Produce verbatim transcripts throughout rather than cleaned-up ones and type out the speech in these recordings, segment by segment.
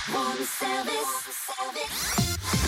Room service.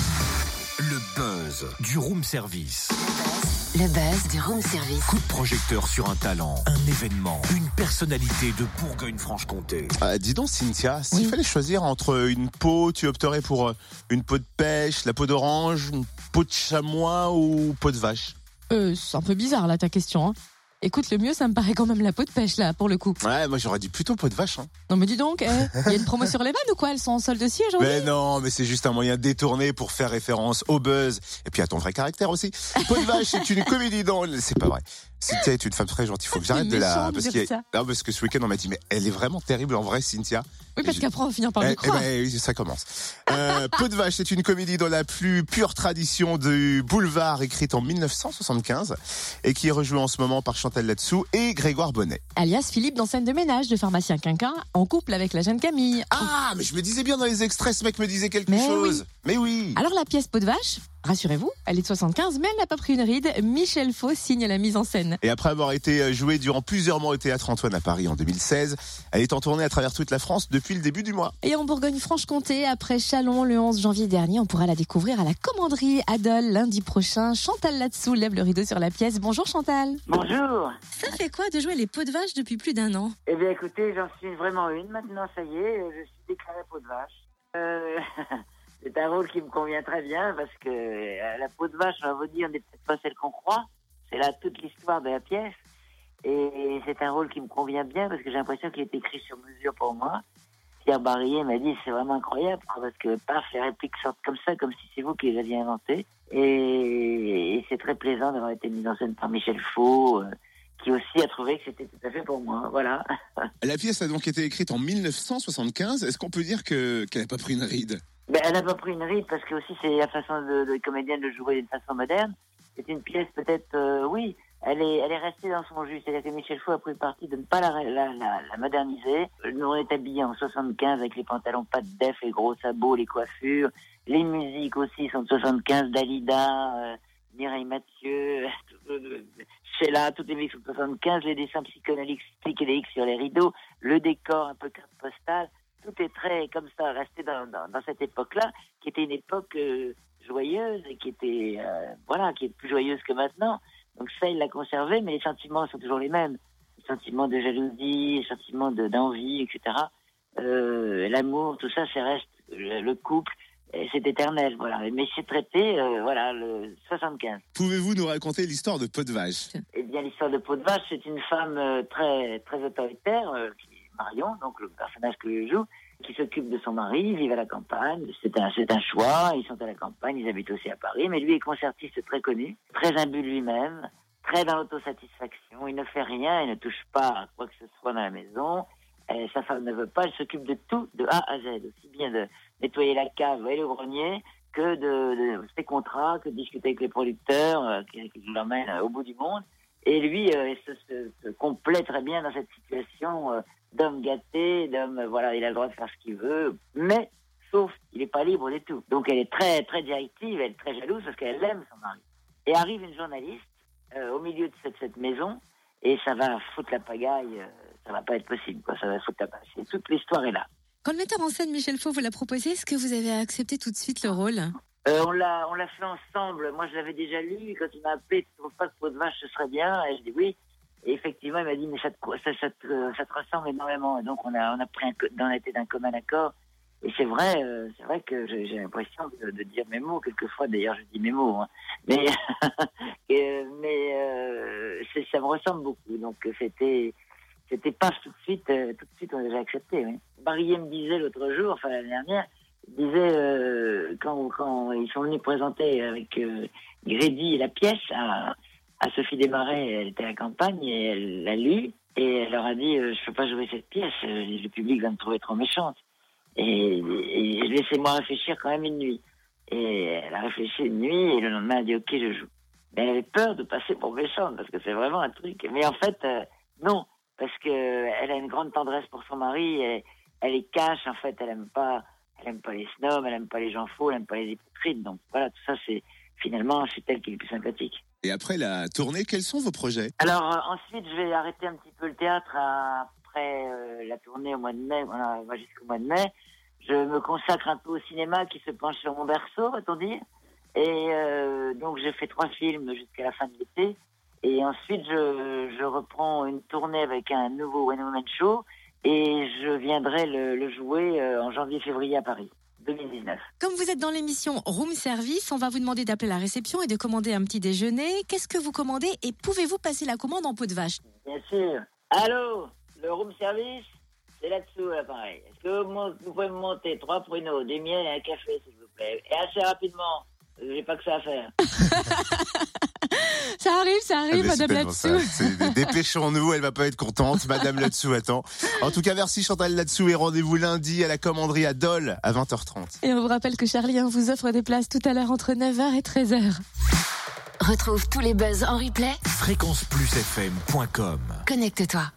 Le buzz du room service. Le buzz du room service. Coup de projecteur sur un talent, un événement, une personnalité de Bourgogne-Franche-Comté. Ah, dis donc Cynthia, s'il Oui. fallait choisir entre une peau, tu opterais pour une peau de pêche, la peau d'orange, une peau de chamois ou peau de vache? Euh, c'est un peu bizarre là ta question. Hein. Écoute, le mieux, ça me paraît quand même la peau de pêche là, pour le coup. Ouais, moi j'aurais dit plutôt peau de vache. Hein. Non mais dis donc, il eh, y a une promo sur les vannes ou quoi? Elles sont en solde aussi aujourd'hui? Mais non, mais c'est juste un moyen détourné pour faire référence au buzz. Et puis à ton vrai caractère aussi. Peau de vache, c'est une comédie dans... C'est pas vrai. Cynthia est une femme très gentille. Faut que j'arrête de la... méchant de Parce, dire qu'il y a- ça. non, parce que ce week-end on m'a dit, mais elle est vraiment terrible en vrai, Cynthia. Oui, parce Et je- qu'après on va finir par Eh, le eh croire. ben, oui, ça commence. Euh, Peau de vache, c'est une comédie dans la plus pure tradition du boulevard, écrite en mille neuf cent soixante-quinze et qui est rejouée en ce moment par Chantal Latsou et Grégoire Bonnet. Alias Philippe dans Scène de ménage de pharmacien quinquin, en couple avec la jeune Camille. Ah, mais je me disais bien dans les extraits, ce mec me disait quelque Mais chose. oui. Mais oui. Alors la pièce Peau de vache, rassurez-vous, elle est de soixante-quinze, mais elle n'a pas pris une ride. Michel Faux signe la mise en scène. Et après avoir été jouée durant plusieurs mois au Théâtre Antoine à Paris en deux mille seize, elle est en tournée à travers toute la France depuis le début du mois. Et en Bourgogne-Franche-Comté, après Châlons, le onze janvier dernier, on pourra la découvrir à la Commanderie Adol lundi prochain. Chantal Latsou lève le rideau sur la pièce. Bonjour Chantal. Bonjour. Ça fait quoi de jouer les peaux de vache depuis plus d'un an? Eh bien, écoutez, j'en suis vraiment une. Maintenant, ça y est, je suis déclarée peau de vache. Euh, c'est un rôle qui me convient très bien parce que euh, la peau de vache, on va vous dire, n'est peut-être pas celle qu'on croit. C'est là toute l'histoire de la pièce. Et c'est un rôle qui me convient bien parce que j'ai l'impression qu'il est écrit sur mesure pour moi. Pierre Barillet m'a dit c'est vraiment incroyable quoi, parce que paf, les répliques sortent comme ça, comme si c'est vous qui les aviez inventées. Et, et c'est très plaisant d'avoir été mise en scène par Michel Faux, euh, qui aussi a trouvé que c'était tout à fait pour moi. Voilà. La pièce a donc été écrite en mille neuf cent soixante-quinze. Est-ce qu'on peut dire que qu'elle n'a pas pris une ride? Ben, elle n'a pas pris une ride parce que aussi c'est la façon de, de comédienne de jouer d'une façon moderne. C'est une pièce peut-être, euh, oui, elle est, elle est restée dans son jus. C'est-à-dire que Michel Faux a pris le parti de ne pas la, la, la, la moderniser. Nous on est habillés en soixante-quinze avec les pantalons pas de def, les gros sabots, les coiffures. Les musiques aussi sont de soixante-quinze, Dalida, euh, Mireille Mathieu, Sheila, toutes les musiques sont de soixante-quinze, les dessins psychanalytiques psychédéliques sur les rideaux, le décor un peu carte postale. Tout est très comme ça, resté dans, dans, dans cette époque-là, qui était une époque euh, joyeuse et qui était, euh, voilà, qui est plus joyeuse que maintenant. Donc ça, il l'a conservé, mais les sentiments sont toujours les mêmes. Les sentiments de jalousie, les sentiments de, d'envie, et cetera. Euh, l'amour, tout ça, c'est reste le, le couple, et c'est éternel, voilà. Mais c'est traité, euh, voilà, le soixante-quinze. Pouvez-vous nous raconter l'histoire de Peau de vache? Eh bien, l'histoire de Peau de vache, c'est une femme euh, très très autoritaire, euh, qui est Marion, donc le personnage que je joue, qui s'occupe de son mari, ils vivent à la campagne. C'est un, c'est un choix, ils sont à la campagne, ils habitent aussi à Paris, mais lui est concertiste très connu, très imbu de lui-même, très dans l'autosatisfaction, il ne fait rien, il ne touche pas à quoi que ce soit dans la maison, et sa femme ne veut pas, elle s'occupe de tout, de A à Z, aussi bien de nettoyer la cave et le grenier, que de, de ses contrats, que de discuter avec les producteurs, euh, qui, qui l'emmènent euh, au bout du monde. Et lui euh, se, se, se complaît très bien dans cette situation euh, d'homme gâté, d'homme, euh, voilà, il a le droit de faire ce qu'il veut, mais sauf qu'il n'est pas libre du tout. Donc elle est très très directive, elle est très jalouse parce qu'elle aime son mari. Et arrive une journaliste euh, au milieu de cette, cette maison, et ça va foutre la pagaille, euh, ça va pas être possible, quoi, ça va foutre la pagaille. Toute l'histoire est là. Quand le metteur en scène Michel Faux vous l'a proposé, est-ce que vous avez accepté tout de suite le rôle? Euh, on l'a, on l'a fait ensemble. Moi, je l'avais déjà lu. Quand il m'a appelé, tu trouves pas que Peau de vache ce serait bien? Et je dis oui. Et effectivement, il m'a dit mais ça te, ça, ça te, ça te ressemble énormément. Et donc on a, on a pris un, on a été d'un commun accord. Et c'est vrai, euh, c'est vrai que j'ai, j'ai l'impression de, de dire mes mots quelquefois. D'ailleurs, je dis mes mots. Hein. Mais, et, mais euh, c'est, ça me ressemble beaucoup. Donc c'était, c'était pas tout de suite, euh, tout de suite on a déjà accepté. Oui. Barillet me disait l'autre jour, enfin l'année dernière. Il disait, euh, quand, quand ils sont venus présenter avec euh, Grédy la pièce à, à Sophie Desmarais, elle était à la campagne et elle l'a lu et elle leur a dit euh, je peux pas jouer cette pièce, euh, le public va me trouver trop méchante. Et, et, et laissez-moi réfléchir quand même une nuit. Et elle a réfléchi une nuit et le lendemain elle a dit ok je joue. Mais elle avait peur de passer pour méchante parce que c'est vraiment un truc. Mais en fait euh, non, parce que elle a une grande tendresse pour son mari, et, elle est cache en fait, elle aime pas. Elle aime pas les snobs, elle aime pas les gens faux, elle aime pas les hypocrites. Donc voilà, tout ça, c'est finalement, c'est elle qui est le plus sympathique. Et après la tournée, quels sont vos projets? Alors euh, ensuite, je vais arrêter un petit peu le théâtre après euh, la tournée au mois de mai. Voilà, on va jusqu'au mois de mai. je me consacre un peu au cinéma qui se penche sur mon berceau, va-t-on dire. Et euh, donc j'ai fait trois films jusqu'à la fin de l'été. Et ensuite, je, je reprends une tournée avec un nouveau One Woman Show. Et je viendrai le, le jouer euh, en janvier-février à Paris, deux mille dix-neuf. Comme vous êtes dans l'émission Room Service, on va vous demander d'appeler la réception et de commander un petit déjeuner. Qu'est-ce que vous commandez et pouvez-vous passer la commande en peau de vache? Bien sûr. Allô, le Room Service, c'est là-dessous, l'appareil. Est-ce que vous, vous pouvez me monter trois pruneaux, des miels et un café, s'il vous plaît? Et assez rapidement. J'ai pas que ça à faire. Ça arrive, ça arrive, Ah, Madame Latsou. Dépêchons-nous, elle va pas être contente. Madame Latsou attend. En tout cas, merci Chantal Latsou et rendez-vous lundi à la commanderie à Dole à vingt heures trente. Et on vous rappelle que Charlie hein, vous offre des places tout à l'heure entre neuf heures et treize heures. Retrouve tous les buzz en replay. fréquence plus f m point com. Connecte-toi.